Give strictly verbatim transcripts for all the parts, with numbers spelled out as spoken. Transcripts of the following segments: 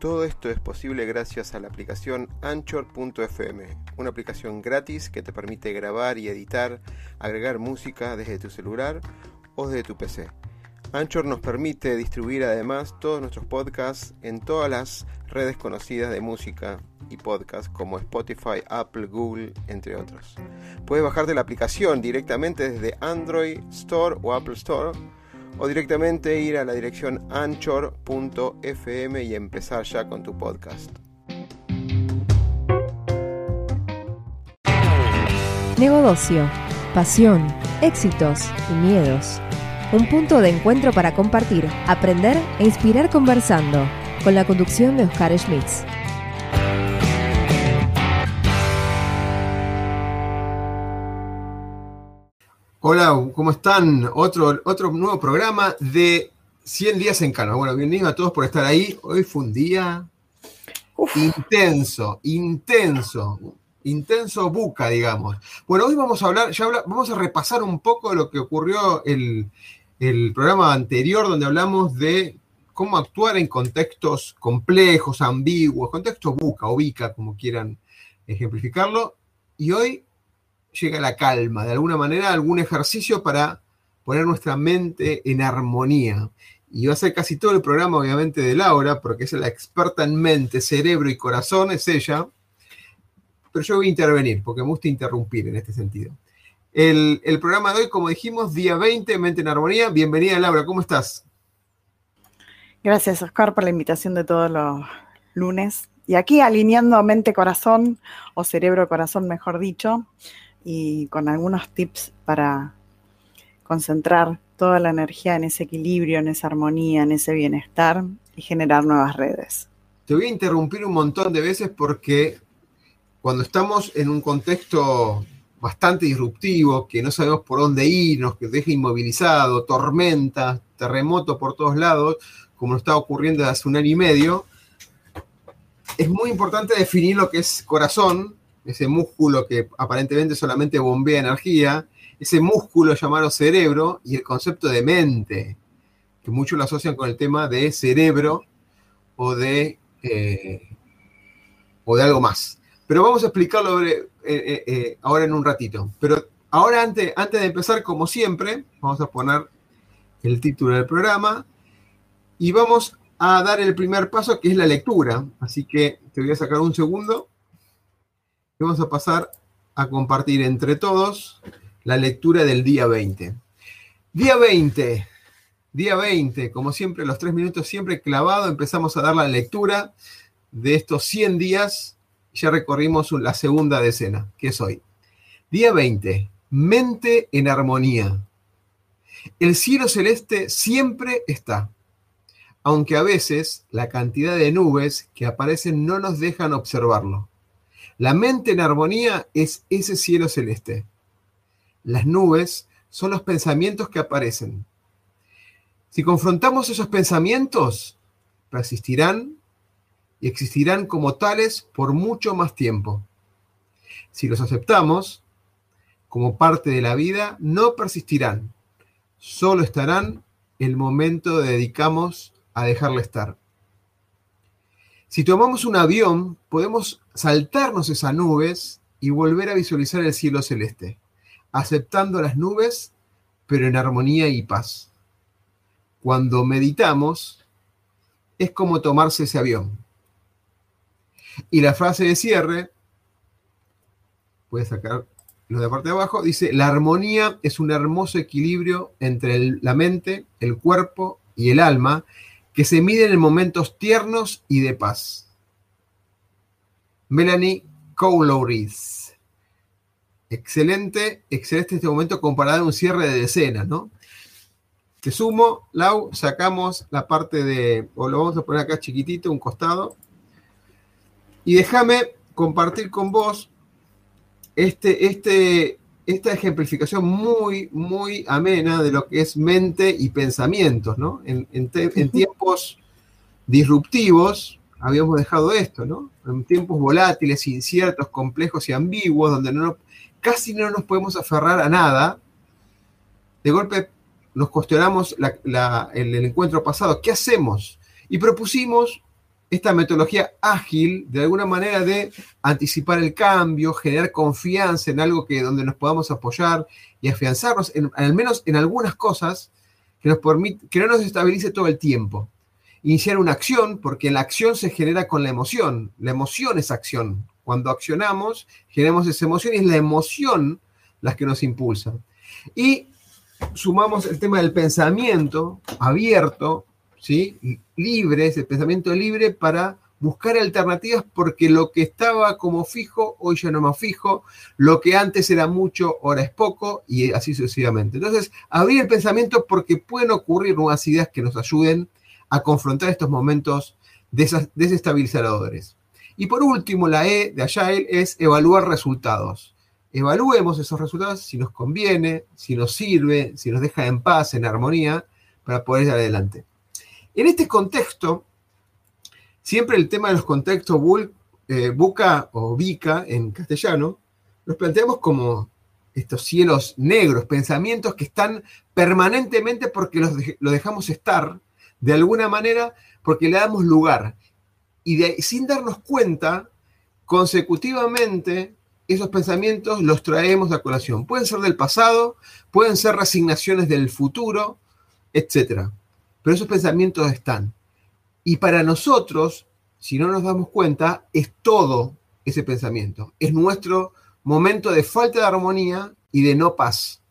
Todo esto es posible gracias a la aplicación Anchor punto f m, una aplicación gratis que te permite grabar y editar, agregar música desde tu celular o desde tu P C. Anchor nos permite distribuir además todos nuestros podcasts en todas las redes conocidas de música y podcast como Spotify, Apple, Google, entre otros. Puedes bajarte la aplicación directamente desde Android Store o Apple Store, o directamente ir a la dirección anchor punto f m y empezar ya con tu podcast. Negocio, pasión, éxitos y miedos. Un punto de encuentro para compartir, aprender e inspirar conversando, con la conducción de Oscar Schmitz. Hola, ¿cómo están? Otro, otro nuevo programa de cien días en Calma. Bueno, bienvenidos a todos por estar ahí. Hoy fue un día Uf. intenso, intenso, intenso buca, digamos. Bueno, hoy vamos a hablar, ya habla, vamos a repasar un poco de lo que ocurrió el, el programa anterior, donde hablamos de cómo actuar en contextos complejos, ambiguos, contextos buca o bica, como quieran ejemplificarlo. Y hoy llega la calma, de alguna manera, algún ejercicio para poner nuestra mente en armonía. Y va a ser casi todo el programa, obviamente, de Laura, porque es la experta en mente, cerebro y corazón, es ella. Pero yo voy a intervenir, porque me gusta interrumpir en este sentido. El, el programa de hoy, como dijimos, día veinte, Mente en Armonía. Bienvenida, Laura, ¿cómo estás? Gracias, Oscar, por la invitación de todos los lunes. Y aquí alineando mente-corazón, o cerebro-corazón, mejor dicho, y con algunos tips para concentrar toda la energía en ese equilibrio, en esa armonía, en ese bienestar y generar nuevas redes. Te voy a interrumpir un montón de veces porque cuando estamos en un contexto bastante disruptivo, que no sabemos por dónde ir, nos deja inmovilizado, tormenta, terremoto por todos lados, como nos está ocurriendo desde hace un año y medio, es muy importante definir lo que es corazón, ese músculo que aparentemente solamente bombea energía, ese músculo llamado cerebro, y el concepto de mente, que muchos lo asocian con el tema de cerebro o de, eh, o de algo más. Pero vamos a explicarlo eh, eh, eh, ahora en un ratito. Pero ahora, antes, antes de empezar, como siempre, vamos a poner el título del programa y vamos a dar el primer paso, que es la lectura. Así que te voy a sacar un segundo. Vamos a pasar a compartir entre todos la lectura del día veinte. Día veinte, día veinte, como siempre, los tres minutos siempre clavado, empezamos a dar la lectura de estos cien días. Ya recorrimos la segunda decena, que es hoy. Día veinte, mente en armonía. El cielo celeste siempre está, aunque a veces la cantidad de nubes que aparecen no nos dejan observarlo. La mente en armonía es ese cielo celeste. Las nubes son los pensamientos que aparecen. Si confrontamos esos pensamientos, persistirán y existirán como tales por mucho más tiempo. Si los aceptamos como parte de la vida, no persistirán. Solo estarán el momento que dedicamos a dejarle estar. Si tomamos un avión, podemos saltarnos esas nubes y volver a visualizar el cielo celeste, aceptando las nubes, pero en armonía y paz. Cuando meditamos, es como tomarse ese avión. Y la frase de cierre, puedes sacar lo de la parte de abajo, dice: la armonía es un hermoso equilibrio entre el, la mente, el cuerpo y el alma, que se miden en momentos tiernos y de paz. Melanie Cowlowris. Excelente, excelente este momento comparado a un cierre de decena, ¿no? Te sumo, Lau, sacamos la parte de, o lo vamos a poner acá chiquitito, un costado, y déjame compartir con vos este, este, esta ejemplificación muy, muy amena de lo que es mente y pensamientos, ¿no? En, en, te, en tiempos disruptivos habíamos dejado esto, ¿no? En tiempos volátiles, inciertos, complejos y ambiguos, donde no, casi no nos podemos aferrar a nada, de golpe nos cuestionamos la, la, el, el encuentro pasado, ¿qué hacemos? Y propusimos esta metodología ágil, de alguna manera de anticipar el cambio, generar confianza en algo que, donde nos podamos apoyar y afianzarnos, en, al menos en algunas cosas, que, nos permite, que no nos estabilice todo el tiempo. Iniciar una acción, porque la acción se genera con la emoción. La emoción es acción. Cuando accionamos, generamos esa emoción y es la emoción la que nos impulsa. Y sumamos el tema del pensamiento abierto, ¿sí? Libre, ese pensamiento libre para buscar alternativas, porque lo que estaba como fijo, hoy ya no más fijo, lo que antes era mucho, ahora es poco, y así sucesivamente. Entonces, abrir el pensamiento porque pueden ocurrir nuevas ideas que nos ayuden a confrontar estos momentos desestabilizadores. Y por último, la E de Agile es evaluar resultados. Evaluemos esos resultados si nos conviene, si nos sirve, si nos deja en paz, en armonía, para poder ir adelante. En este contexto, siempre el tema de los contextos eh, buca o bica en castellano, los planteamos como estos cielos negros, pensamientos que están permanentemente porque los, de, los dejamos estar, de alguna manera, porque le damos lugar. Y de, sin darnos cuenta, consecutivamente, esos pensamientos los traemos a colación. Pueden ser del pasado, pueden ser resignaciones del futuro, etcétera. Pero esos pensamientos están. Y para nosotros, si no nos damos cuenta, es todo ese pensamiento. Es nuestro momento de falta de armonía y de no paz.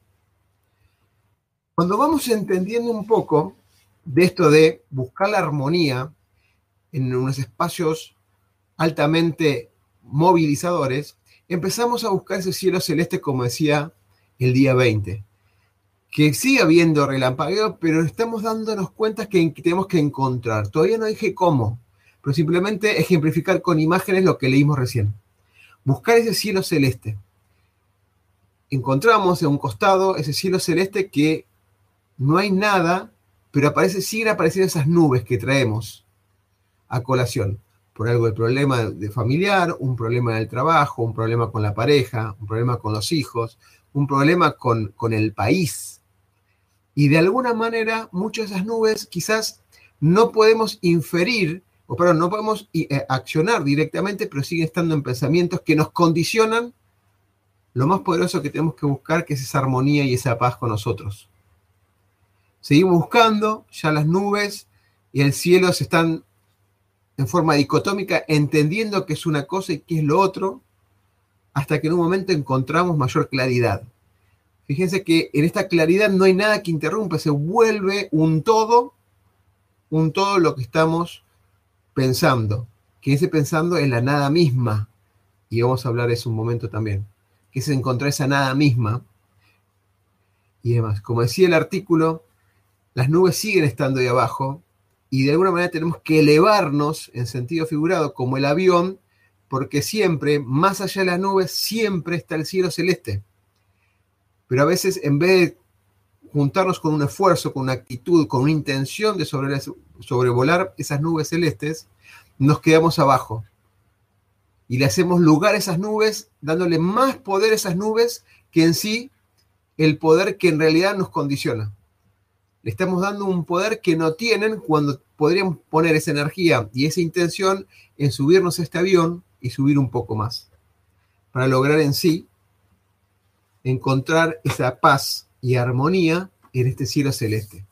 Cuando vamos entendiendo un poco de esto de buscar la armonía en unos espacios altamente movilizadores, empezamos a buscar ese cielo celeste, como decía el día veinte. Que sigue habiendo relampagueo, pero estamos dándonos cuenta que tenemos que encontrar. Todavía no dije cómo, pero simplemente ejemplificar con imágenes lo que leímos recién. Buscar ese cielo celeste. Encontramos en un costado ese cielo celeste que no hay nada, pero aparece, siguen apareciendo esas nubes que traemos a colación. Por algo de problema de familiar, un problema en el trabajo, un problema con la pareja, un problema con los hijos, un problema con, con el país. Y de alguna manera, muchas de esas nubes quizás no podemos inferir, o perdón, no podemos eh, accionar directamente, pero siguen estando en pensamientos que nos condicionan lo más poderoso que tenemos que buscar, que es esa armonía y esa paz con nosotros. Seguimos buscando, ya las nubes y el cielo se están en forma dicotómica, entendiendo qué es una cosa y qué es lo otro, hasta que en un momento encontramos mayor claridad. Fíjense que en esta claridad no hay nada que interrumpa, se vuelve un todo, un todo lo que estamos pensando, que ese pensando es la nada misma, y vamos a hablar de eso un momento también, que es encontrar esa nada misma, y demás. Como decía el artículo, las nubes siguen estando ahí abajo, y de alguna manera tenemos que elevarnos en sentido figurado, como el avión, porque siempre, más allá de las nubes, siempre está el cielo celeste. Pero a veces, en vez de juntarnos con un esfuerzo, con una actitud, con una intención de sobre, sobrevolar esas nubes celestes, nos quedamos abajo. Y le hacemos lugar a esas nubes, dándole más poder a esas nubes que en sí el poder que en realidad nos condiciona. Le estamos dando un poder que no tienen cuando podríamos poner esa energía y esa intención en subirnos a este avión y subir un poco más. Para lograr en sí encontrar esa paz y armonía en este cielo celeste.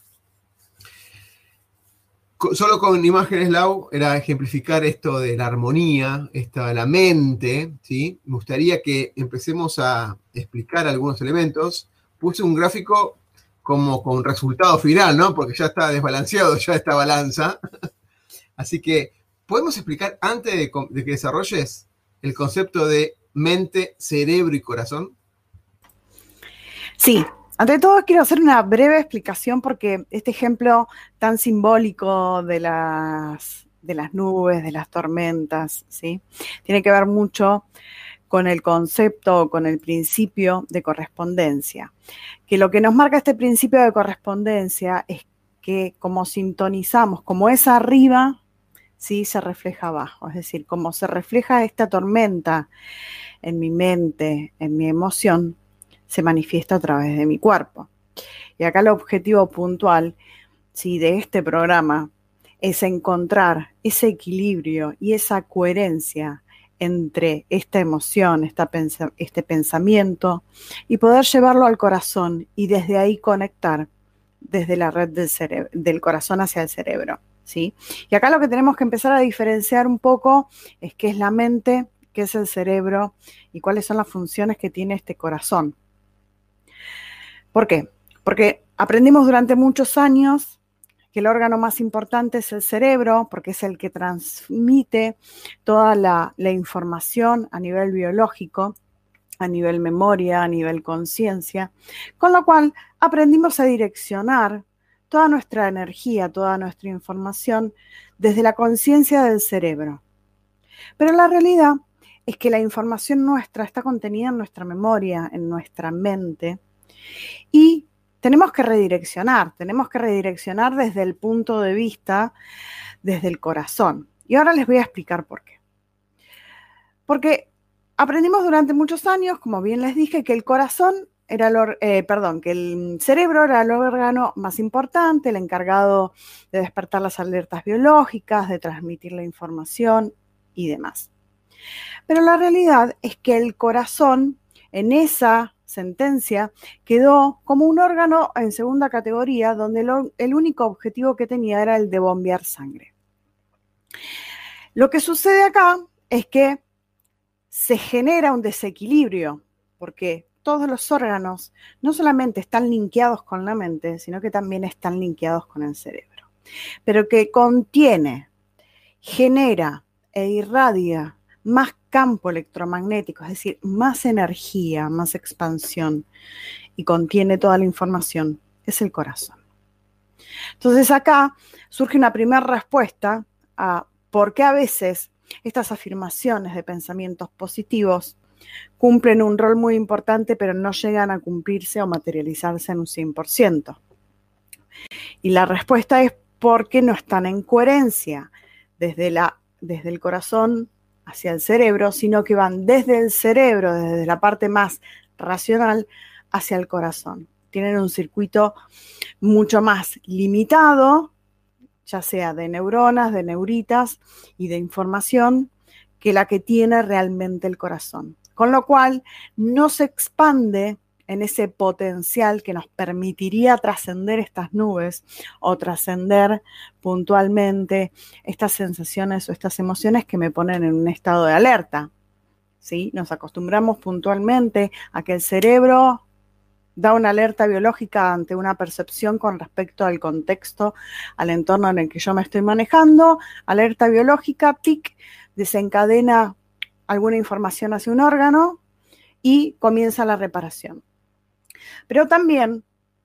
Solo con imágenes, Lau, era ejemplificar esto de la armonía, esta de la mente, ¿sí? Me gustaría que empecemos a explicar algunos elementos. Puse un gráfico como con resultado final, ¿no? Porque ya está desbalanceado ya esta balanza. Así que, ¿podemos explicar antes de, de que desarrolles el concepto de mente, cerebro y corazón? Sí. Ante todo, quiero hacer una breve explicación porque este ejemplo tan simbólico de las, de las nubes, de las tormentas, ¿sí? Tiene que ver mucho con el concepto, con el principio de correspondencia. Que lo que nos marca este principio de correspondencia es que como sintonizamos, como es arriba, ¿sí? Se refleja abajo. Es decir, como se refleja esta tormenta en mi mente, en mi emoción, se manifiesta a través de mi cuerpo. Y acá el objetivo puntual, ¿sí? De este programa es encontrar ese equilibrio y esa coherencia entre esta emoción, esta pensa- este pensamiento, y poder llevarlo al corazón y desde ahí conectar desde la red del cerebro, del corazón hacia el cerebro, ¿sí? Y acá lo que tenemos que empezar a diferenciar un poco es qué es la mente, qué es el cerebro y cuáles son las funciones que tiene este corazón. ¿Por qué? Porque aprendimos durante muchos años que el órgano más importante es el cerebro, porque es el que transmite toda la, la información a nivel biológico, a nivel memoria, a nivel conciencia, con lo cual aprendimos a direccionar toda nuestra energía, toda nuestra información desde la conciencia del cerebro. Pero la realidad es que la información nuestra está contenida en nuestra memoria, en nuestra mente, y tenemos que redireccionar, tenemos que redireccionar desde el punto de vista, desde el corazón. Y ahora les voy a explicar por qué. Porque aprendimos durante muchos años, como bien les dije, que el corazón era el, eh, perdón, que el cerebro era el órgano más importante, el encargado de despertar las alertas biológicas, de transmitir la información y demás. Pero la realidad es que el corazón, en esa sentencia, quedó como un órgano en segunda categoría, donde lo, el único objetivo que tenía era el de bombear sangre. Lo que sucede acá es que se genera un desequilibrio, porque todos los órganos no solamente están linkeados con la mente, sino que también están linkeados con el cerebro, pero que contiene, genera e irradia más campo electromagnético, es decir, más energía, más expansión, y contiene toda la información, es el corazón. Entonces acá surge una primera respuesta a por qué a veces estas afirmaciones de pensamientos positivos cumplen un rol muy importante, pero no llegan a cumplirse o materializarse en un cien por ciento. Y la respuesta es porque no están en coherencia desde, la, desde el corazón hacia el cerebro, sino que van desde el cerebro, desde la parte más racional, hacia el corazón. Tienen un circuito mucho más limitado, ya sea de neuronas, de neuritas y de información, que la que tiene realmente el corazón. Con lo cual, no se expande en ese potencial que nos permitiría trascender estas nubes o trascender puntualmente estas sensaciones o estas emociones que me ponen en un estado de alerta, ¿sí? Nos acostumbramos puntualmente a que el cerebro da una alerta biológica ante una percepción con respecto al contexto, al entorno en el que yo me estoy manejando. Alerta biológica, tic, desencadena alguna información hacia un órgano y comienza la reparación. Pero también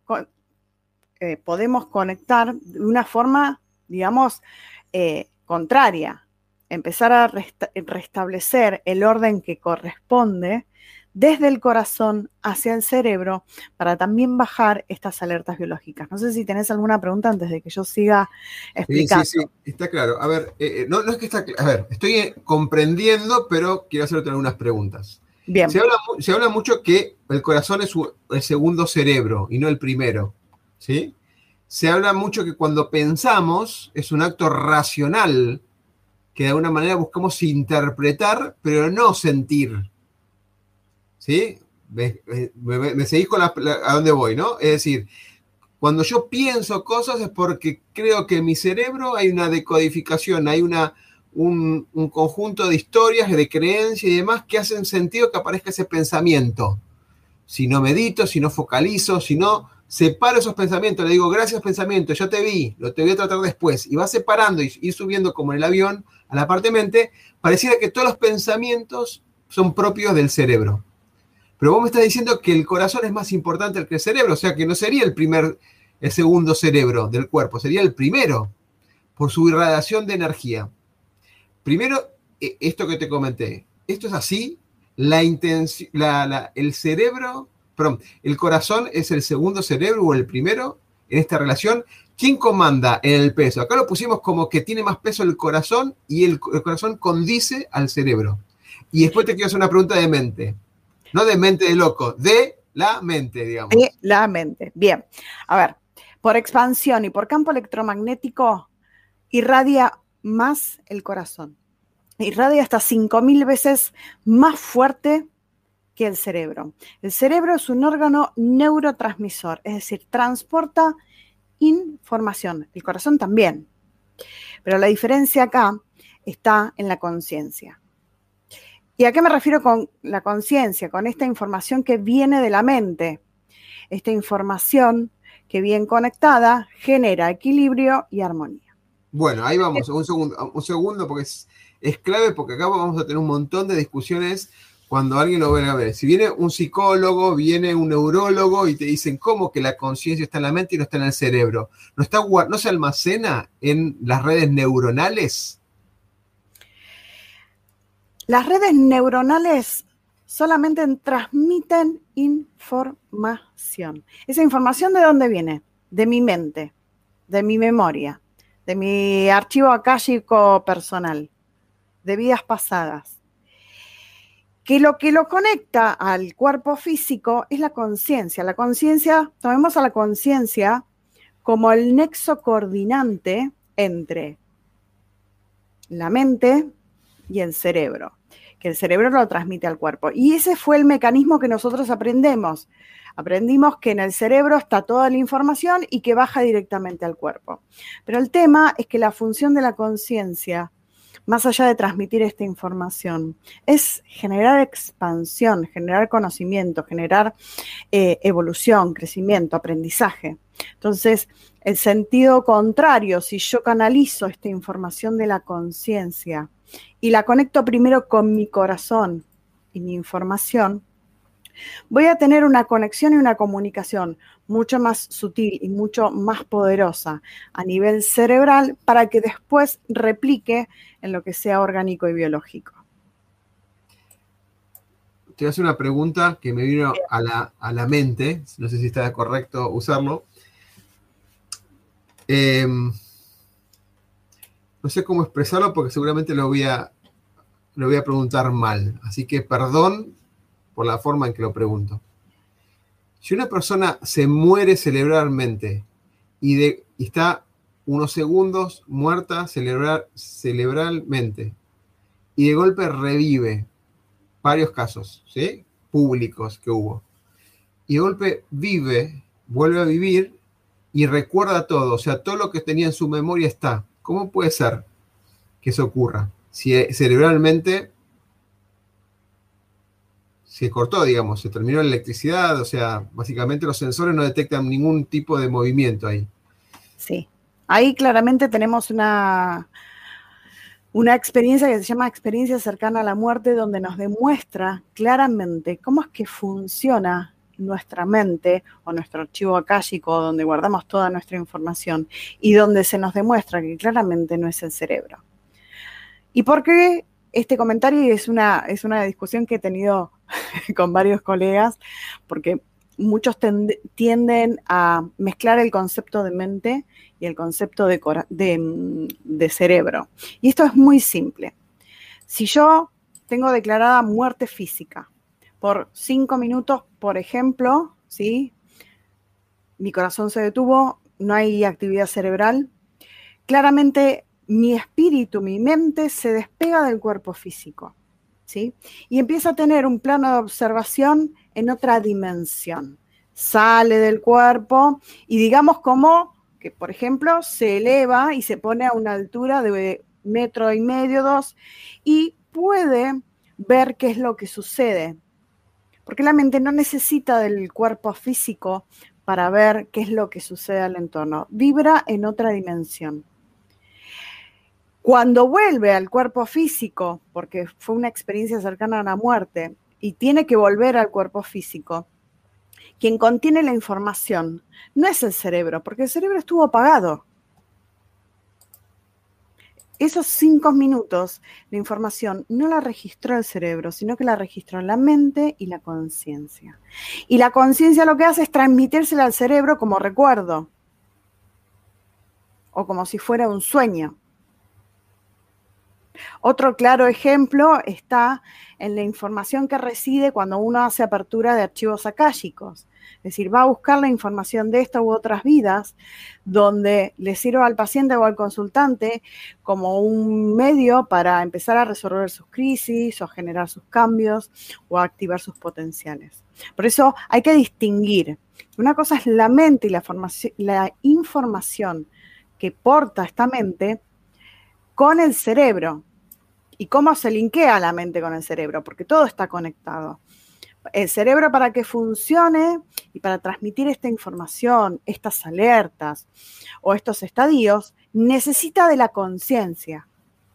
eh, podemos conectar de una forma, digamos, eh, contraria. Empezar a resta- restablecer el orden que corresponde desde el corazón hacia el cerebro para también bajar estas alertas biológicas. No sé si tenés alguna pregunta antes de que yo siga explicando. Sí, sí, sí, está claro. A ver, eh, no, no es que está claro. A ver, estoy eh, comprendiendo, pero quiero hacerte algunas preguntas. Bien. Se habla, se habla mucho que el corazón es el segundo cerebro y no el primero, ¿sí? Se habla mucho que cuando pensamos es un acto racional, que de alguna manera buscamos interpretar, pero no sentir. ¿Sí? ¿Me, me, me seguís con la, la, a dónde voy, no? Es decir, cuando yo pienso cosas es porque creo que en mi cerebro hay una decodificación, hay una, un, un conjunto de historias, de creencias y demás que hacen sentido que aparezca ese pensamiento. Si no medito, si no focalizo, si no separo esos pensamientos, le digo, gracias pensamiento, ya te vi, lo te voy a tratar después, y va separando y ir subiendo como en el avión a la parte mente, pareciera que todos los pensamientos son propios del cerebro. Pero vos me estás diciendo que el corazón es más importante que el cerebro, o sea que no sería el primer, el segundo cerebro del cuerpo, sería el primero, por su irradiación de energía. Primero, esto que te comenté, esto es así, la intención, la, la, el cerebro, perdón, el corazón es el segundo cerebro o el primero en esta relación. ¿Quién comanda en el peso? Acá lo pusimos como que tiene más peso el corazón y el, el corazón condice al cerebro. Y después te quiero hacer una pregunta de mente. No de mente de loco, de la mente, digamos. De la mente. Bien. A ver, por expansión y por campo electromagnético, irradia más el corazón. Irradia hasta cinco mil veces más fuerte que el cerebro. El cerebro es un órgano neurotransmisor, es decir, transporta información. El corazón también. Pero la diferencia acá está en la conciencia. ¿Y a qué me refiero con la conciencia? Con esta información que viene de la mente. Esta información que bien conectada genera equilibrio y armonía. Bueno, ahí vamos, un segundo, un segundo porque es, es clave, porque acá vamos a tener un montón de discusiones cuando alguien lo venga a ver. Si viene un psicólogo, viene un neurólogo y te dicen, ¿cómo que la conciencia está en la mente y no está en el cerebro? ¿No, está, no se almacena en las redes neuronales? Las redes neuronales solamente transmiten información. ¿Esa información de dónde viene? De mi mente, de mi memoria, de mi archivo akáshico personal, de vidas pasadas. Que lo que lo conecta al cuerpo físico es la conciencia. La conciencia, tomemos a la conciencia como el nexo coordinante entre la mente y el cerebro, que el cerebro lo transmite al cuerpo. Y ese fue el mecanismo que nosotros aprendemos. Aprendimos que en el cerebro está toda la información y que baja directamente al cuerpo. Pero el tema es que la función de la conciencia, más allá de transmitir esta información, es generar expansión, generar conocimiento, generar eh, evolución, crecimiento, aprendizaje. Entonces, el sentido contrario, si yo canalizo esta información de la conciencia y la conecto primero con mi corazón y mi información, voy a tener una conexión y una comunicación mucho más sutil y mucho más poderosa a nivel cerebral para que después replique en lo que sea orgánico y biológico. Te voy a hacer una pregunta que me vino a la, a la mente, no sé si está correcto usarlo. Eh, no sé cómo expresarlo porque seguramente lo voy a, lo voy a preguntar mal, así que perdón por la forma en que lo pregunto. Si una persona se muere cerebralmente y, de, y está unos segundos muerta cerebral, cerebralmente y de golpe revive, varios casos, ¿sí? Públicos que hubo, y de golpe vive, vuelve a vivir y recuerda todo, o sea, todo lo que tenía en su memoria está. ¿Cómo puede ser que eso ocurra? Si cerebralmente se cortó, digamos, se terminó la electricidad, o sea, básicamente los sensores no detectan ningún tipo de movimiento ahí. Sí, ahí claramente tenemos una, una experiencia que se llama experiencia cercana a la muerte, donde nos demuestra claramente cómo es que funciona nuestra mente o nuestro archivo akáshico, donde guardamos toda nuestra información y donde se nos demuestra que claramente no es el cerebro. ¿Y por qué este comentario? Es una, es una discusión que he tenido con varios colegas, porque muchos tend- tienden a mezclar el concepto de mente y el concepto de, cora- de, de cerebro. Y esto es muy simple. Si yo tengo declarada muerte física por cinco minutos, por ejemplo, ¿sí? Mi corazón se detuvo, no hay actividad cerebral, claramente mi espíritu, mi mente se despega del cuerpo físico, ¿sí? Y empieza a tener un plano de observación en otra dimensión. Sale del cuerpo y digamos como que, por ejemplo, se eleva y se pone a una altura de metro y medio, dos, y puede ver qué es lo que sucede. Porque la mente no necesita del cuerpo físico para ver qué es lo que sucede al entorno. Vibra en otra dimensión. Cuando vuelve al cuerpo físico, porque fue una experiencia cercana a la muerte, y tiene que volver al cuerpo físico, quien contiene la información no es el cerebro, porque el cerebro estuvo apagado. Esos cinco minutos, la información no la registró el cerebro, sino que la registró la mente y la conciencia. Y la conciencia lo que hace es transmitírsela al cerebro como recuerdo, o como si fuera un sueño. Otro claro ejemplo está en la información que reside cuando uno hace apertura de archivos akáshicos. Es decir, va a buscar la información de esta u otras vidas, donde le sirva al paciente o al consultante como un medio para empezar a resolver sus crisis o generar sus cambios o a activar sus potenciales. Por eso hay que distinguir. Una cosa es la mente y la, formación, la información que porta esta mente con el cerebro. ¿Y cómo se linkea la mente con el cerebro? Porque todo está conectado. El cerebro, para que funcione y para transmitir esta información, estas alertas o estos estadios, necesita de la conciencia.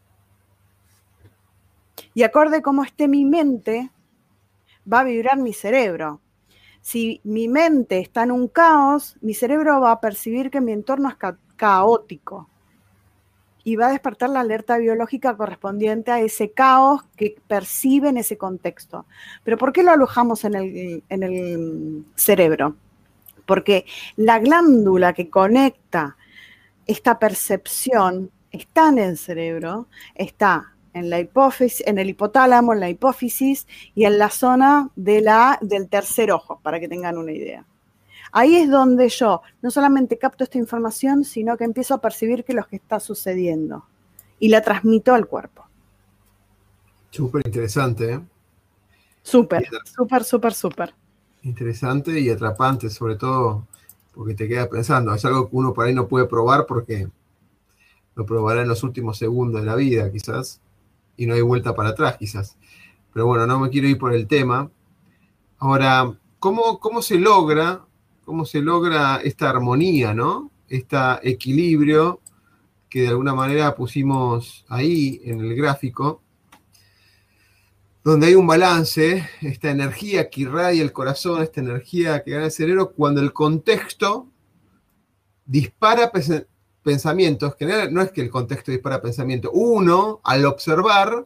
Y acorde a cómo esté mi mente, va a vibrar mi cerebro. Si mi mente está en un caos, mi cerebro va a percibir que mi entorno es ca- caótico y va a despertar la alerta biológica correspondiente a ese caos que percibe en ese contexto. ¿Pero por qué lo alojamos en el, en el cerebro? Porque la glándula que conecta esta percepción está en el cerebro, está en la hipófisis, en el hipotálamo, en la hipófisis y en la zona de la, del tercer ojo, para que tengan una idea. Ahí es donde yo no solamente capto esta información, sino que empiezo a percibir qué es lo que está sucediendo y la transmito al cuerpo. Súper interesante, ¿eh? Súper, súper, súper, súper. Interesante y atrapante, sobre todo porque te quedas pensando. Es algo que uno por ahí no puede probar porque lo probará en los últimos segundos de la vida, quizás, y no hay vuelta para atrás, quizás. Pero bueno, no me quiero ir por el tema. Ahora, ¿cómo, cómo se logra... cómo se logra esta armonía, ¿no? Este equilibrio que de alguna manera pusimos ahí en el gráfico, donde hay un balance, esta energía que irradia el corazón, esta energía que gana el cerebro, cuando el contexto dispara pensamientos, que no es que el contexto dispara pensamientos, uno, al observar,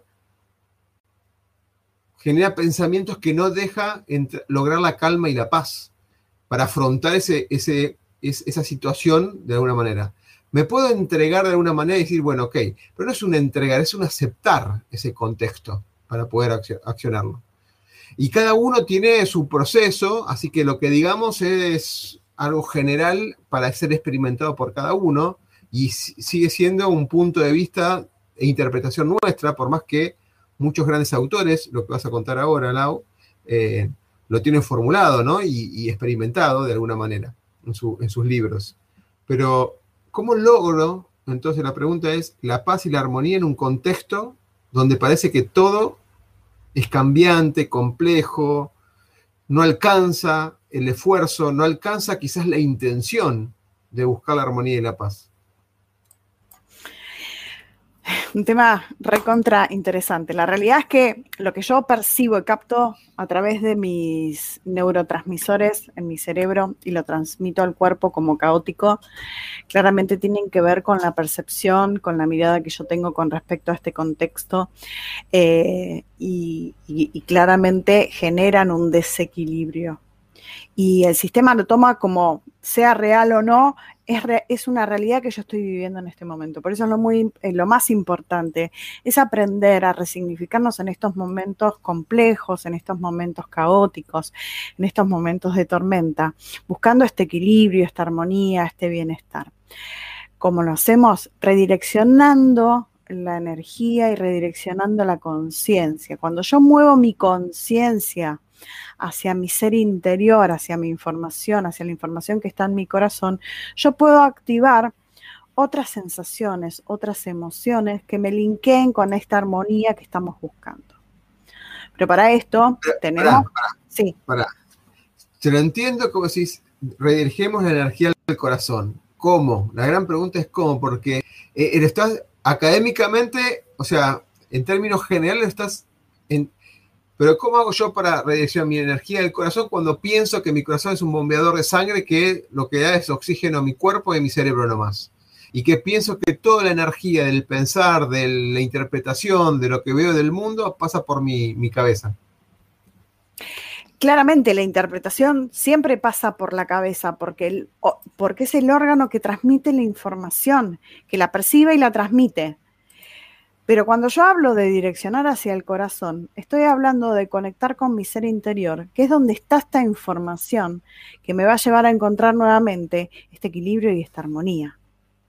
genera pensamientos que no deja lograr la calma y la paz, para afrontar ese, ese, esa situación de alguna manera. Me puedo entregar de alguna manera y decir, bueno, ok, pero no es un entregar, es un aceptar ese contexto para poder accionarlo. Y cada uno tiene su proceso, así que lo que digamos es algo general para ser experimentado por cada uno y sigue siendo un punto de vista e interpretación nuestra, por más que muchos grandes autores, lo que vas a contar ahora, Lau, eh, lo tienen formulado, ¿no? Y, y experimentado de alguna manera en, su, en sus libros. Pero, ¿cómo logro? Entonces la pregunta es, la paz y la armonía en un contexto donde parece que todo es cambiante, complejo, no alcanza el esfuerzo, no alcanza quizás la intención de buscar la armonía y la paz. Un tema recontra interesante. La realidad es que lo que yo percibo y capto a través de mis neurotransmisores en mi cerebro y lo transmito al cuerpo como caótico, claramente tienen que ver con la percepción, con la mirada que yo tengo con respecto a este contexto eh, y, y, y claramente generan un desequilibrio. Y el sistema lo toma como, sea real o no, es, re, es una realidad que yo estoy viviendo en este momento. Por eso es lo, muy, eh, lo más importante, es aprender a resignificarnos en estos momentos complejos, en estos momentos caóticos, en estos momentos de tormenta, buscando este equilibrio, esta armonía, este bienestar. ¿Cómo lo hacemos? Redireccionando la energía y redireccionando la conciencia. Cuando yo muevo mi conciencia hacia mi ser interior, hacia mi información, hacia la información que está en mi corazón, yo puedo activar otras sensaciones, otras emociones que me linkeen con esta armonía que estamos buscando. Pero para esto pero, tenemos... Pará, pará, sí. Pará. Se lo entiendo como si redirigemos la energía al corazón. ¿Cómo? La gran pregunta es cómo, porque eh, estás académicamente, o sea, en términos generales estás... En, pero ¿cómo hago yo para redireccionar mi energía del corazón cuando pienso que mi corazón es un bombeador de sangre que lo que da es oxígeno a mi cuerpo y a mi cerebro nomás? Y que pienso que toda la energía del pensar, de la interpretación, de lo que veo del mundo, pasa por mi, mi cabeza. Claramente la interpretación siempre pasa por la cabeza, porque, el, porque es el órgano que transmite la información, que la percibe y la transmite. Pero cuando yo hablo de direccionar hacia el corazón, estoy hablando de conectar con mi ser interior, que es donde está esta información que me va a llevar a encontrar nuevamente este equilibrio y esta armonía.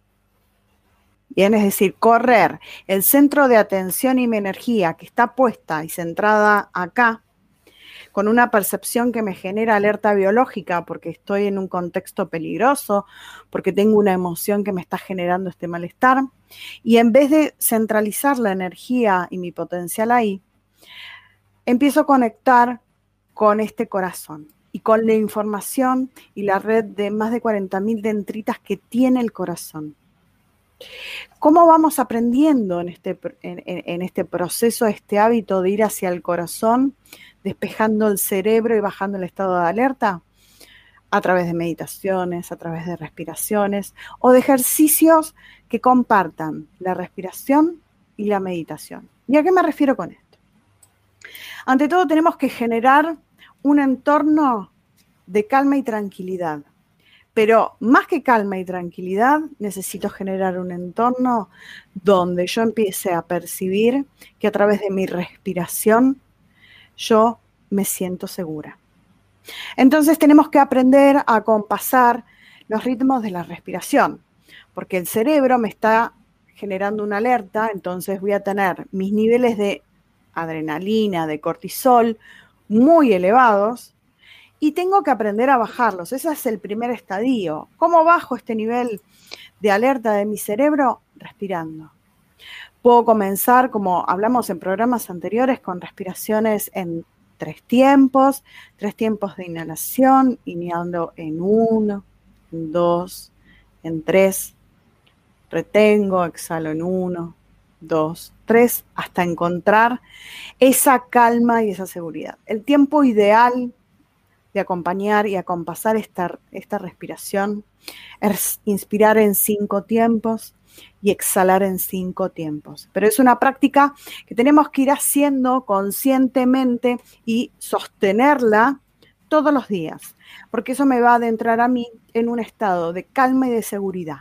Bien, es decir, correr el centro de atención y mi energía que está puesta y centrada acá, con una percepción que me genera alerta biológica porque estoy en un contexto peligroso, porque tengo una emoción que me está generando este malestar, y en vez de centralizar la energía y mi potencial ahí, empiezo a conectar con este corazón y con la información y la red de más de cuarenta mil dendritas que tiene el corazón. ¿Cómo vamos aprendiendo en este, en, en este proceso, este hábito de ir hacia el corazón, despejando el cerebro y bajando el estado de alerta? A través de meditaciones, a través de respiraciones o de ejercicios que compartan la respiración y la meditación. ¿Y a qué me refiero con esto? Ante todo, tenemos que generar un entorno de calma y tranquilidad. Pero más que calma y tranquilidad, necesito generar un entorno donde yo empiece a percibir que a través de mi respiración yo me siento segura. Entonces tenemos que aprender a compasar los ritmos de la respiración, porque el cerebro me está generando una alerta, entonces voy a tener mis niveles de adrenalina, de cortisol muy elevados, y tengo que aprender a bajarlos. Ese es el primer estadio. ¿Cómo bajo este nivel de alerta de mi cerebro? Respirando. Puedo comenzar, como hablamos en programas anteriores, con respiraciones en tres tiempos, tres tiempos de inhalación, inhalando en uno, en dos, en tres, retengo, exhalo en uno, dos, tres, hasta encontrar esa calma y esa seguridad. El tiempo ideal de acompañar y acompasar esta, esta respiración es inspirar en cinco tiempos y exhalar en cinco tiempos. Pero es una práctica que tenemos que ir haciendo conscientemente y sostenerla todos los días, porque eso me va a adentrar a mí en un estado de calma y de seguridad.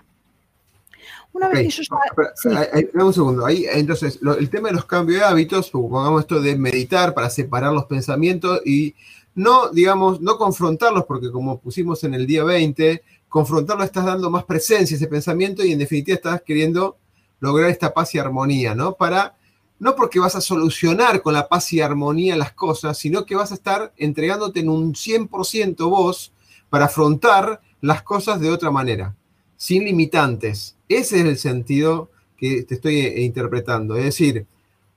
Una okay. vez que yo ya... Pero, sí. ahí, ahí, un segundo. Ahí, entonces, lo, el tema de los cambios de hábitos, pongamos esto de meditar para separar los pensamientos y no, digamos, no confrontarlos, porque como pusimos en el día veinte, confrontarlo estás dando más presencia a ese pensamiento y en definitiva estás queriendo lograr esta paz y armonía, ¿no? Para, no porque vas a solucionar con la paz y armonía las cosas, sino que vas a estar entregándote en un cien por ciento vos para afrontar las cosas de otra manera, sin limitantes. Ese es el sentido que te estoy interpretando. Es decir,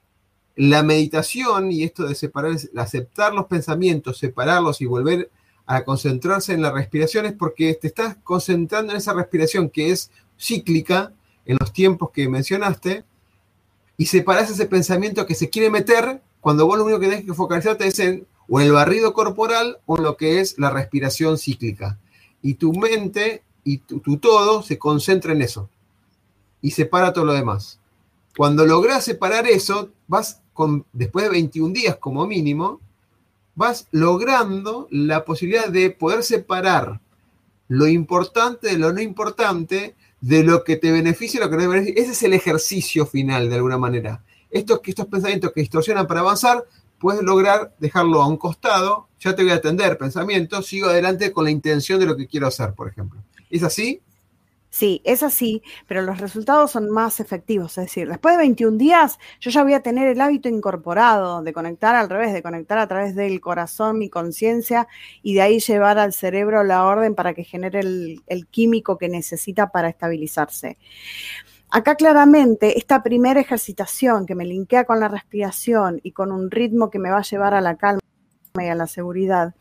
la meditación y esto de separar, aceptar los pensamientos, separarlos y volver a concentrarse en la respiración es porque te estás concentrando en esa respiración que es cíclica en los tiempos que mencionaste y separás ese pensamiento que se quiere meter cuando vos lo único que tenés que focalizarte es en o el barrido corporal o en lo que es la respiración cíclica. Y tu mente y tu, tu todo se concentra en eso y separa todo lo demás. Cuando lográs separar eso, vas con, después de veintiún días como mínimo, vas logrando la posibilidad de poder separar lo importante de lo no importante, de lo que te beneficia y lo que no te beneficia. Ese es el ejercicio final, de alguna manera. Estos, estos pensamientos que distorsionan para avanzar, puedes lograr dejarlo a un costado. Ya te voy a atender pensamientos, sigo adelante con la intención de lo que quiero hacer, por ejemplo. ¿Es así? Sí, es así, pero los resultados son más efectivos. Es decir, después de veintiún días, yo ya voy a tener el hábito incorporado de conectar al revés, de conectar a través del corazón, mi conciencia, y de ahí llevar al cerebro la orden para que genere el, el químico que necesita para estabilizarse. Acá claramente, esta primera ejercitación que me linkea con la respiración y con un ritmo que me va a llevar a la calma y a la seguridad,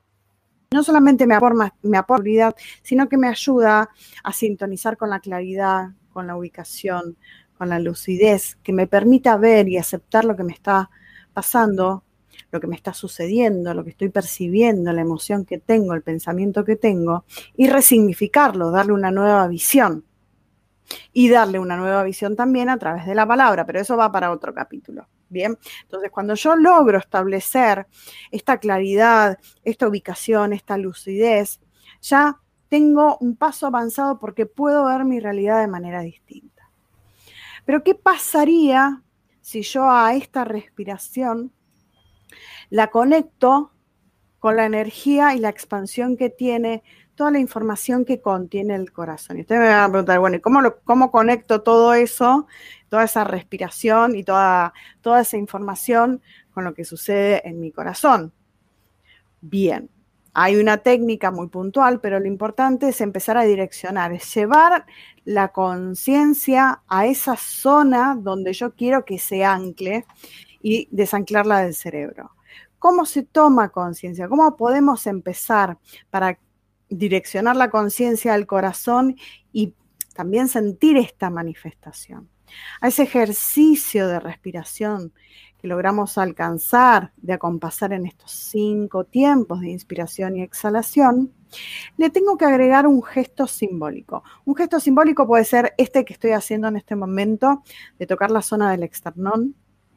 no solamente me aporta, me aporta seguridad, sino que me ayuda a sintonizar con la claridad, con la ubicación, con la lucidez, que me permita ver y aceptar lo que me está pasando, lo que me está sucediendo, lo que estoy percibiendo, la emoción que tengo, el pensamiento que tengo, y resignificarlo, darle una nueva visión. Y darle una nueva visión también a través de la palabra, pero eso va para otro capítulo. Bien, entonces cuando yo logro establecer esta claridad, esta ubicación, esta lucidez, ya tengo un paso avanzado porque puedo ver mi realidad de manera distinta. Pero ¿qué pasaría si yo a esta respiración la conecto con la energía y la expansión que tiene toda la información que contiene el corazón? Y ustedes me van a preguntar, bueno, ¿y cómo, lo, cómo conecto todo eso, toda esa respiración y toda, toda esa información con lo que sucede en mi corazón? Bien, hay una técnica muy puntual, pero lo importante es empezar a direccionar, es llevar la conciencia a esa zona donde yo quiero que se ancle y desanclarla del cerebro. ¿Cómo se toma conciencia? ¿Cómo podemos empezar para direccionar la conciencia al corazón y también sentir esta manifestación? A ese ejercicio de respiración que logramos alcanzar, de acompasar en estos cinco tiempos de inspiración y exhalación, le tengo que agregar un gesto simbólico. Un gesto simbólico puede ser este que estoy haciendo en este momento, de tocar la zona del esternón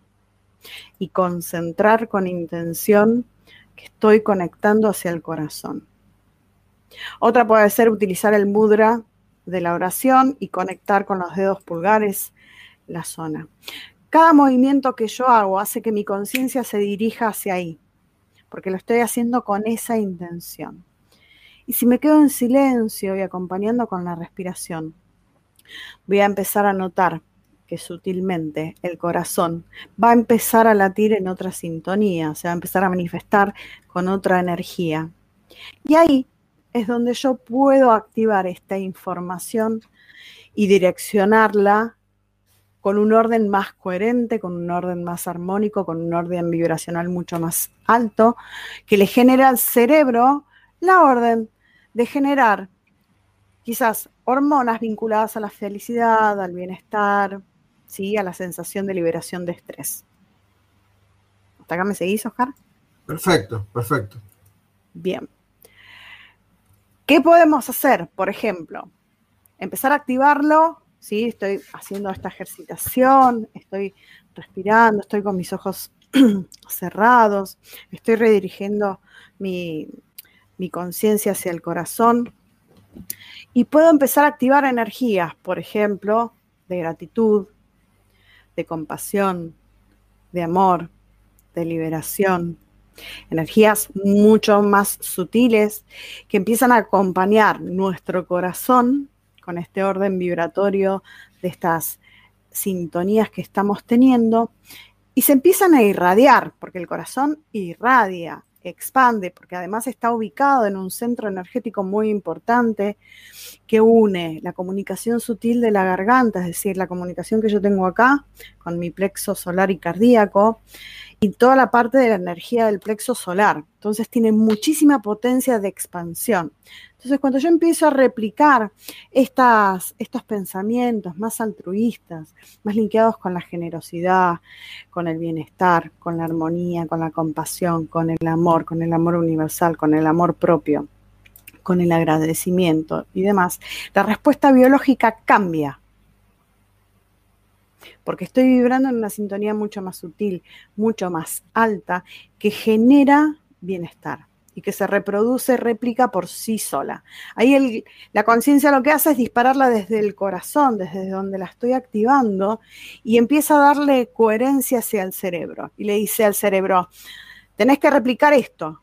y concentrar con intención que estoy conectando hacia el corazón. Otra puede ser utilizar el mudra de la oración y conectar con los dedos pulgares la zona. Cada movimiento que yo hago hace que mi conciencia se dirija hacia ahí, porque lo estoy haciendo con esa intención. Y si me quedo en silencio y acompañando con la respiración, voy a empezar a notar que sutilmente el corazón va a empezar a latir en otra sintonía, se va a empezar a manifestar con otra energía. Y ahí es donde yo puedo activar esta información y direccionarla con un orden más coherente, con un orden más armónico, con un orden vibracional mucho más alto, que le genera al cerebro la orden de generar quizás hormonas vinculadas a la felicidad, al bienestar, ¿sí? A la sensación de liberación de estrés. ¿Hasta acá me seguís, Oscar? Perfecto, perfecto. Bien. ¿Qué podemos hacer? Por ejemplo, empezar a activarlo. ¿Sí? Estoy haciendo esta ejercitación, estoy respirando, estoy con mis ojos cerrados, estoy redirigiendo mi, mi conciencia hacia el corazón y puedo empezar a activar energías, por ejemplo, de gratitud, de compasión, de amor, de liberación, energías mucho más sutiles que empiezan a acompañar nuestro corazón con este orden vibratorio de estas sintonías que estamos teniendo, y se empiezan a irradiar, porque el corazón irradia, expande, porque además está ubicado en un centro energético muy importante que une la comunicación sutil de la garganta, es decir, la comunicación que yo tengo acá con mi plexo solar y cardíaco, y toda la parte de la energía del plexo solar. Entonces tiene muchísima potencia de expansión. Entonces cuando yo empiezo a replicar estas, estos pensamientos más altruistas, más linkeados con la generosidad, con el bienestar, con la armonía, con la compasión, con el amor, con el amor universal, con el amor propio, con el agradecimiento y demás, la respuesta biológica cambia. Porque estoy vibrando en una sintonía mucho más sutil, mucho más alta, que genera bienestar y que se reproduce, réplica por sí sola. Ahí el, la conciencia lo que hace es dispararla desde el corazón, desde donde la estoy activando, y empieza a darle coherencia hacia el cerebro. Y le dice al cerebro, tenés que replicar esto.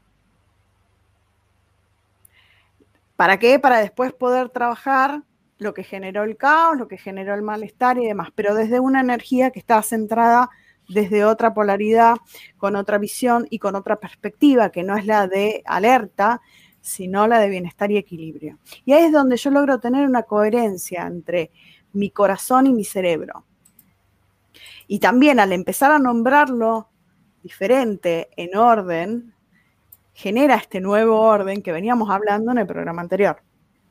¿Para qué? Para después poder trabajar lo que generó el caos, lo que generó el malestar y demás, pero desde una energía que está centrada desde otra polaridad, con otra visión y con otra perspectiva, que no es la de alerta, sino la de bienestar y equilibrio. Y ahí es donde yo logro tener una coherencia entre mi corazón y mi cerebro. Y también al empezar a nombrarlo diferente, en orden, genera este nuevo orden que veníamos hablando en el programa anterior.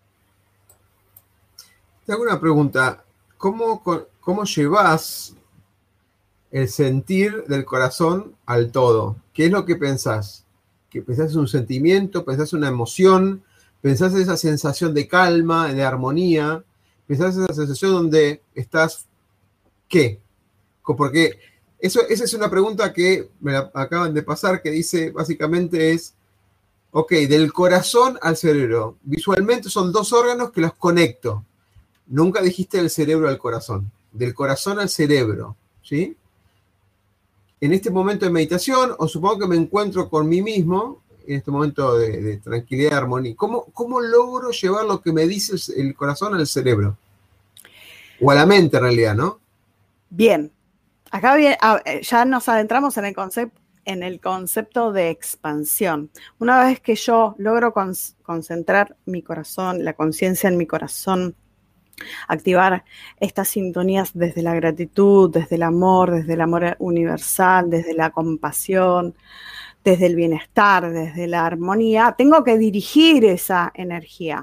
Te hago una pregunta. ¿Cómo, cómo llevas el sentir del corazón al todo? ¿Qué es lo que pensás? ¿Que pensás en un sentimiento? ¿Pensás en una emoción? ¿Pensás en esa sensación de calma, de armonía? ¿Pensás en esa sensación donde estás? ¿Qué? Porque eso, esa es una pregunta que me la acaban de pasar, que dice, básicamente es, ok, del corazón al cerebro. Visualmente son dos órganos que los conecto. Nunca dijiste del cerebro al corazón. Del corazón al cerebro, ¿sí? en este momento de meditación, o supongo que me encuentro con mí mismo, en este momento de, de tranquilidad y armonía, ¿cómo, ¿cómo logro llevar lo que me dice el corazón al cerebro? O a la mente, en realidad, ¿no? Bien. Acá bien, ya nos adentramos en el concepto en el concepto de expansión. Una vez que yo logro con, concentrar mi corazón, la conciencia en mi corazón, activar estas sintonías desde la gratitud, desde el amor, desde el amor universal, desde la compasión, desde el bienestar, desde la armonía, tengo que dirigir esa energía.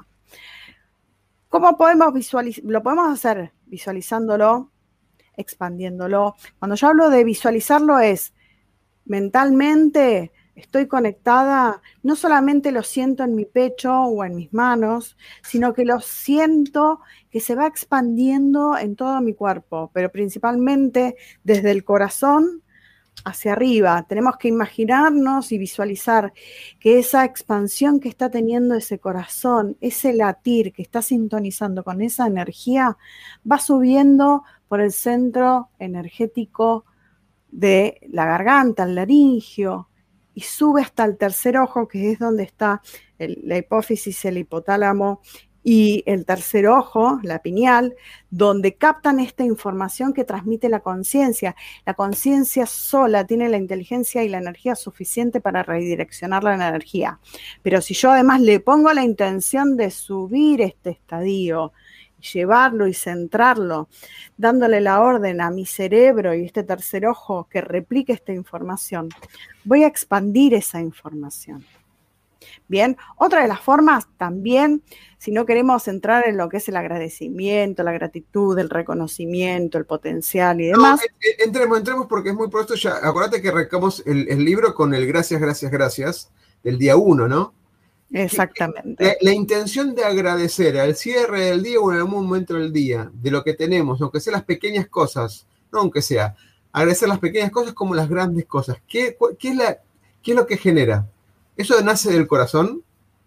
¿Cómo podemos visualizar? Lo podemos hacer visualizándolo, expandiéndolo. Cuando yo hablo de visualizarlo es mentalmente estoy conectada, no solamente lo siento en mi pecho o en mis manos, sino que lo siento que se va expandiendo en todo mi cuerpo, pero principalmente desde el corazón hacia arriba. Tenemos que imaginarnos y visualizar que esa expansión que está teniendo ese corazón, ese latir que está sintonizando con esa energía, va subiendo por el centro energético de la garganta, el laringio, y sube hasta el tercer ojo, que es donde está el, la hipófisis, el hipotálamo y el tercer ojo, la pineal, donde captan esta información que transmite la conciencia. La conciencia sola tiene la inteligencia y la energía suficiente para redireccionar la energía. Pero si yo además le pongo la intención de subir este estadio, llevarlo y centrarlo, dándole la orden a mi cerebro y este tercer ojo que replique esta información, voy a expandir esa información. Bien, otra de las formas también, si no queremos entrar en lo que es el agradecimiento, la gratitud, el reconocimiento, el potencial y demás. No, entremos, entremos porque es muy pronto ya. Acuérdate que arrancamos el, el libro con el gracias, gracias, gracias, del día uno, ¿no? Exactamente. La, la intención de agradecer al cierre del día o en algún momento del día, de lo que tenemos, aunque sean las pequeñas cosas, no aunque sea, agradecer las pequeñas cosas como las grandes cosas. ¿Qué, qué, es, la, qué es lo que genera? ¿Eso nace del corazón?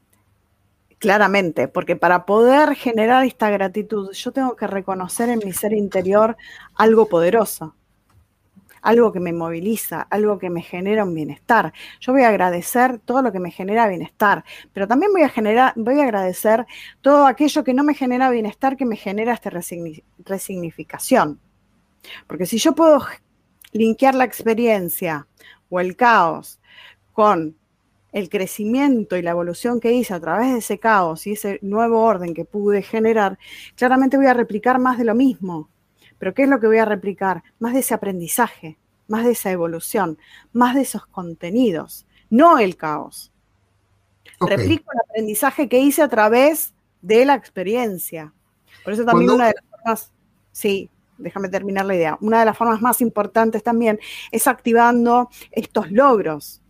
Claramente, porque para poder generar esta gratitud, yo tengo que reconocer en mi ser interior algo poderoso, algo que me moviliza, algo que me genera un bienestar. Yo voy a agradecer todo lo que me genera bienestar, pero también voy a, generar, voy a agradecer todo aquello que no me genera bienestar, que me genera esta resigni- resignificación. Porque si yo puedo linkear la experiencia o el caos con el crecimiento y la evolución que hice a través de ese caos y ese nuevo orden que pude generar, claramente voy a replicar más de lo mismo. Pero ¿qué es lo que voy a replicar? Más de ese aprendizaje, más de esa evolución, más de esos contenidos, no el caos. Okay. Replico el aprendizaje que hice a través de la experiencia. Por eso también ¿Cuándo? Una de las formas, sí, déjame terminar la idea, una de las formas más importantes también es activando estos logros,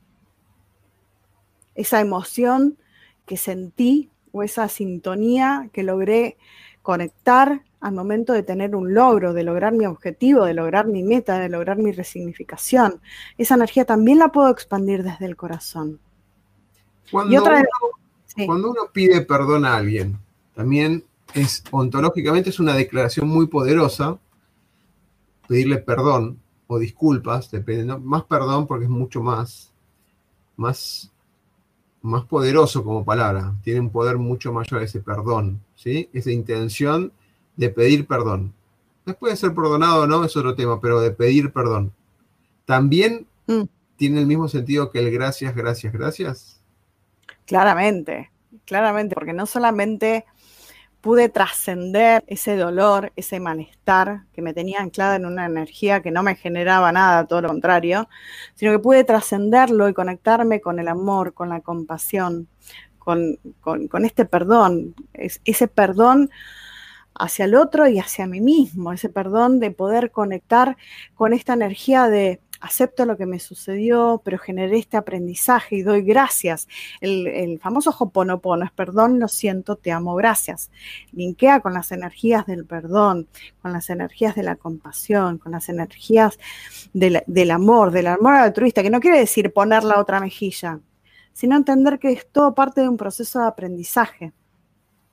esa emoción que sentí o esa sintonía que logré conectar al momento de tener un logro, de lograr mi objetivo, de lograr mi meta, de lograr mi resignificación. Esa energía también la puedo expandir desde el corazón. Cuando, y otra uno, sí. cuando uno pide perdón a alguien, también es ontológicamente es una declaración muy poderosa, pedirle perdón o disculpas, dependiendo, más perdón porque es mucho más, más, más poderoso como palabra, tiene un poder mucho mayor ese perdón, ¿sí? Esa intención de pedir perdón. Después de ser perdonado o no es otro tema, pero de pedir perdón. ¿También mm. tiene el mismo sentido que el gracias, gracias, gracias? Claramente, claramente, porque no solamente pude trascender ese dolor, ese malestar que me tenía anclada en una energía que no me generaba nada, todo lo contrario, sino que pude trascenderlo y conectarme con el amor, con la compasión, con, con, con este perdón, es, ese perdón hacia el otro y hacia mí mismo, ese perdón de poder conectar con esta energía de acepto lo que me sucedió, pero generé este aprendizaje y doy gracias. El, el famoso Ho'oponopono es perdón, lo siento, te amo, gracias. Linkea con las energías del perdón, con las energías de la compasión, con las energías de la, del amor, del amor altruista, que no quiere decir poner la otra mejilla, sino entender que es todo parte de un proceso de aprendizaje.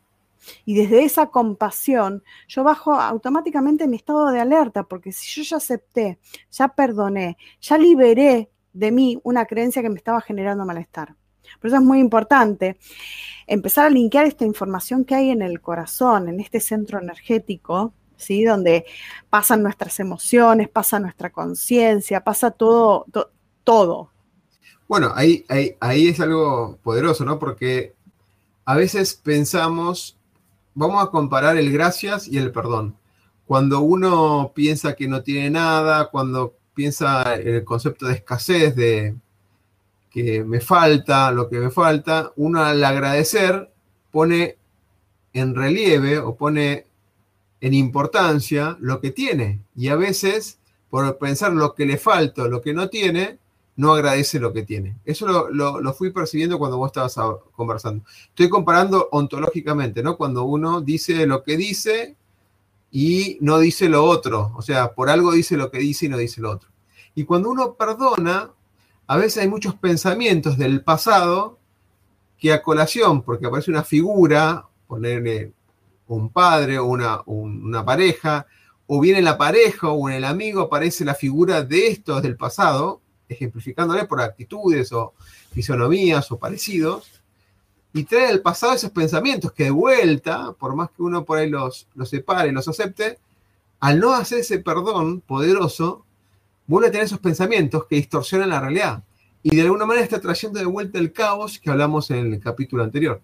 Y desde esa compasión, yo bajo automáticamente mi estado de alerta, porque si yo ya acepté, ya perdoné, ya liberé de mí una creencia que me estaba generando malestar. Por eso es muy importante empezar a linkear esta información que hay en el corazón, en este centro energético, ¿sí? Donde pasan nuestras emociones, pasa nuestra conciencia, pasa todo, to, todo. Bueno, ahí, ahí, ahí es algo poderoso, ¿no? Porque a veces pensamos, vamos a comparar el gracias y el perdón. Cuando uno piensa que no tiene nada, cuando piensa en el concepto de escasez, de que me falta, lo que me falta, uno al agradecer pone en relieve o pone en importancia lo que tiene. Y a veces, por pensar lo que le falta, lo que no tiene, no agradece lo que tiene. Eso lo, lo, lo fui percibiendo cuando vos estabas conversando. Estoy comparando ontológicamente, ¿no? Cuando uno dice lo que dice y no dice lo otro. O sea, por algo dice lo que dice y no dice lo otro. Y cuando uno perdona, a veces hay muchos pensamientos del pasado que a colación, porque aparece una figura, ponerle un padre o una, un, una pareja, o viene la pareja o en el amigo aparece la figura de estos del pasado, ejemplificándole por actitudes o fisonomías o parecidos, y trae al pasado esos pensamientos que de vuelta, por más que uno por ahí los, los separe, los acepte, al no hacer ese perdón poderoso, vuelve a tener esos pensamientos que distorsionan la realidad. Y de alguna manera está trayendo de vuelta el caos que hablamos en el capítulo anterior.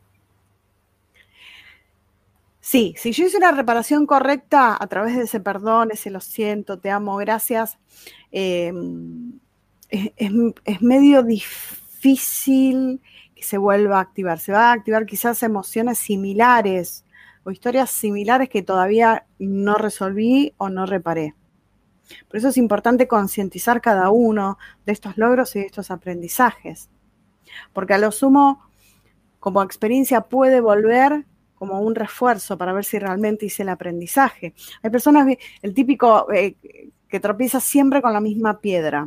Sí, si yo hice una reparación correcta a través de ese perdón, ese lo siento, te amo, gracias, eh, es, es, es medio difícil que se vuelva a activar. Se va a activar quizás emociones similares o historias similares que todavía no resolví o no reparé. Por eso es importante concientizar cada uno de estos logros y de estos aprendizajes. Porque a lo sumo, como experiencia puede volver como un refuerzo para ver si realmente hice el aprendizaje. Hay personas, el típico eh, que tropieza siempre con la misma piedra.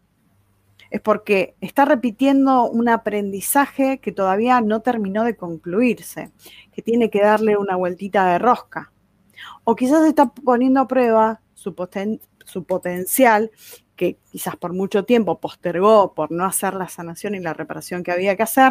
Es porque está repitiendo un aprendizaje que todavía no terminó de concluirse, que tiene que darle una vueltita de rosca. O quizás está poniendo a prueba su poten- su potencial, que quizás por mucho tiempo postergó por no hacer la sanación y la reparación que había que hacer,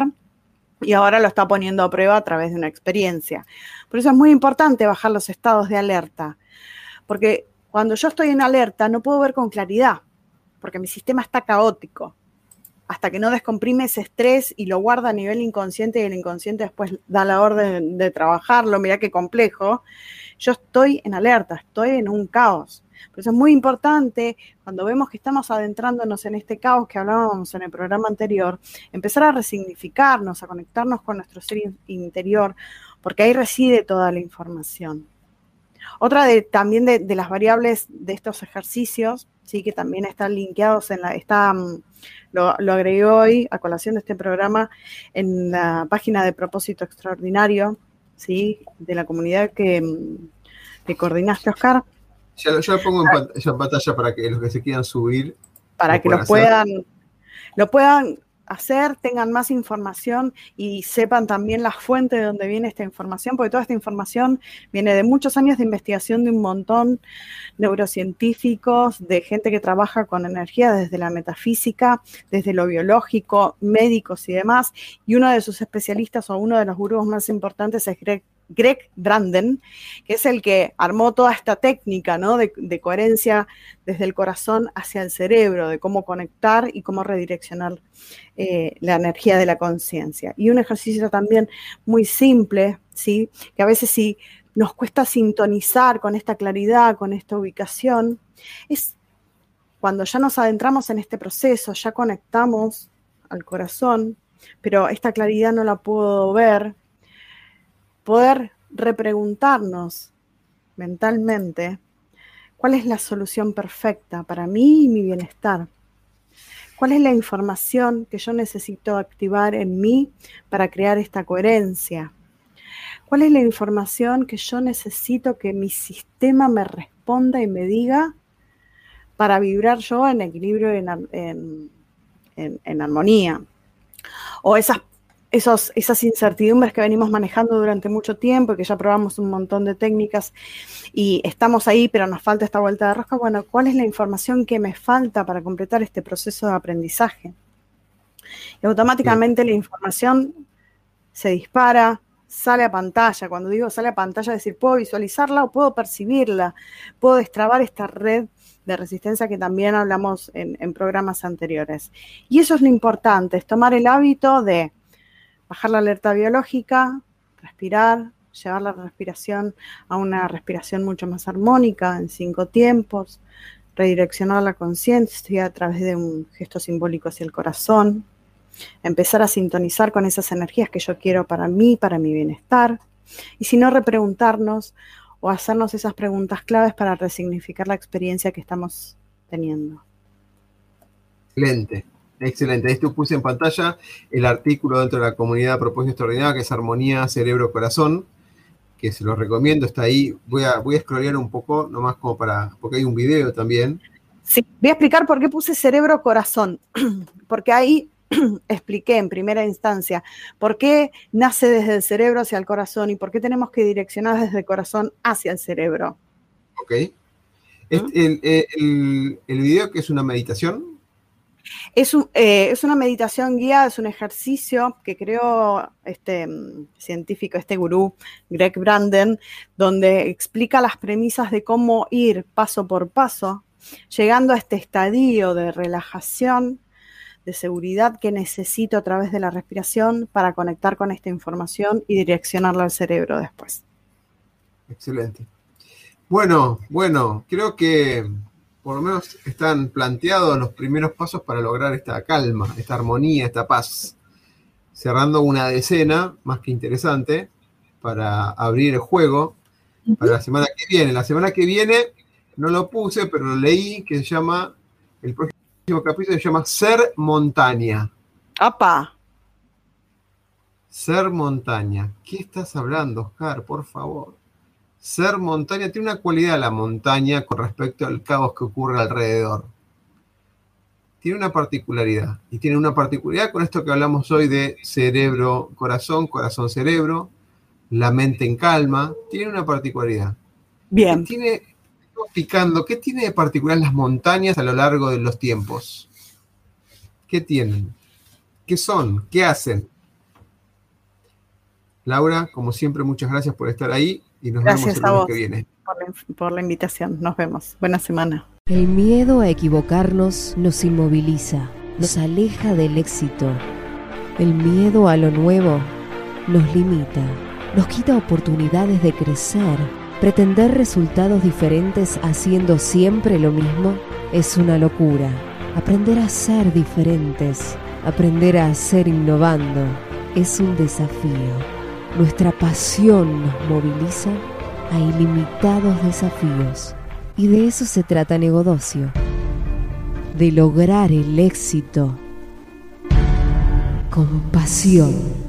y ahora lo está poniendo a prueba a través de una experiencia. Por eso es muy importante bajar los estados de alerta, porque cuando yo estoy en alerta no puedo ver con claridad, porque mi sistema está caótico. Hasta que no descomprime ese estrés y lo guarda a nivel inconsciente y el inconsciente después da la orden de trabajarlo, mirá qué complejo, yo estoy en alerta, estoy en un caos. Por eso es muy importante, cuando vemos que estamos adentrándonos en este caos que hablábamos en el programa anterior, empezar a resignificarnos, a conectarnos con nuestro ser interior, porque ahí reside toda la información. Otra de, también de, de las variables de estos ejercicios, sí, que también están linkeados en la, está, lo, lo agregué hoy a colación de este programa en la página de Propósito Extraordinario, sí, de la comunidad que, que coordinaste, Oscar. Yo, yo lo pongo en pantalla, en pantalla para que los que se quieran subir. Para lo que lo puedan, lo puedan hacer, tengan más información y sepan también la fuente de donde viene esta información, porque toda esta información viene de muchos años de investigación de un montón neurocientíficos, de gente que trabaja con energía desde la metafísica, desde lo biológico, médicos y demás, y uno de sus especialistas o uno de los gurús más importantes es Greg Greg Granden, que es el que armó toda esta técnica, ¿no? de, de coherencia desde el corazón hacia el cerebro, de cómo conectar y cómo redireccionar eh, la energía de la conciencia. Y un ejercicio también muy simple, ¿sí? Que a veces sí nos cuesta sintonizar con esta claridad, con esta ubicación, es cuando ya nos adentramos en este proceso, ya conectamos al corazón, pero esta claridad no la puedo ver, poder repreguntarnos mentalmente cuál es la solución perfecta para mí y mi bienestar. ¿Cuál es la información que yo necesito activar en mí para crear esta coherencia? ¿Cuál es la información que yo necesito que mi sistema me responda y me diga para vibrar yo en equilibrio y en, en, en, en armonía? O esas esos, esas incertidumbres que venimos manejando durante mucho tiempo y que ya probamos un montón de técnicas y estamos ahí, pero nos falta esta vuelta de rosca. Bueno, ¿cuál es la información que me falta para completar este proceso de aprendizaje? Y automáticamente Bien. La información se dispara, sale a pantalla. Cuando digo sale a pantalla, es decir, puedo visualizarla o puedo percibirla, puedo destrabar esta red de resistencia que también hablamos en, en programas anteriores. Y eso es lo importante, es tomar el hábito de bajar la alerta biológica, respirar, llevar la respiración a una respiración mucho más armónica, en cinco tiempos, redireccionar la conciencia a través de un gesto simbólico hacia el corazón, empezar a sintonizar con esas energías que yo quiero para mí, para mi bienestar, y si no, repreguntarnos o hacernos esas preguntas claves para resignificar la experiencia que estamos teniendo. Excelente, excelente. Esto puse en pantalla el artículo dentro de la comunidad Propósito Extraordinario, que es Armonía Cerebro-Corazón, que se los recomiendo, está ahí. Voy a, voy a scrollear un poco, nomás como para, porque hay un video también. Sí, voy a explicar por qué puse cerebro-corazón, porque ahí expliqué en primera instancia por qué nace desde el cerebro hacia el corazón y por qué tenemos que direccionar desde el corazón hacia el cerebro. Ok. ¿Mm? Este, el, el, el video, que es una meditación. Es, un, eh, es una meditación guiada, es un ejercicio que creó este científico, este gurú, Greg Braden, donde explica las premisas de cómo ir paso por paso, llegando a este estadio de relajación, de seguridad que necesito a través de la respiración para conectar con esta información y direccionarla al cerebro después. Excelente. Bueno, bueno, creo que por lo menos están planteados los primeros pasos para lograr esta calma, esta armonía, esta paz. Cerrando una decena, más que interesante, para abrir el juego para la semana que viene. La semana que viene no lo puse, pero lo leí, que se llama, el próximo capítulo se llama Ser Montaña. ¡Apa! Ser montaña. ¿Qué estás hablando, Oscar? Por favor. Ser montaña. Tiene una cualidad la montaña con respecto al caos que ocurre alrededor. Tiene una particularidad. Y tiene una particularidad con esto que hablamos hoy de cerebro-corazón, corazón-cerebro, la mente en calma. Tiene una particularidad. Bien. ¿Qué tiene, picando, ¿qué tiene de particular las montañas a lo largo de los tiempos? ¿Qué tienen? ¿Qué son? ¿Qué hacen? Laura, como siempre, muchas gracias por estar ahí y nos gracias vemos el lunes que viene. Por la, por la invitación. Nos vemos. Buena semana. El miedo a equivocarnos nos inmoviliza, nos aleja del éxito. El miedo a lo nuevo nos limita, nos quita oportunidades de crecer. Pretender resultados diferentes haciendo siempre lo mismo es una locura. Aprender a ser diferentes, aprender a ser innovando, es un desafío. Nuestra pasión nos moviliza a ilimitados desafíos. Y de eso se trata Negodocio, de lograr el éxito con pasión.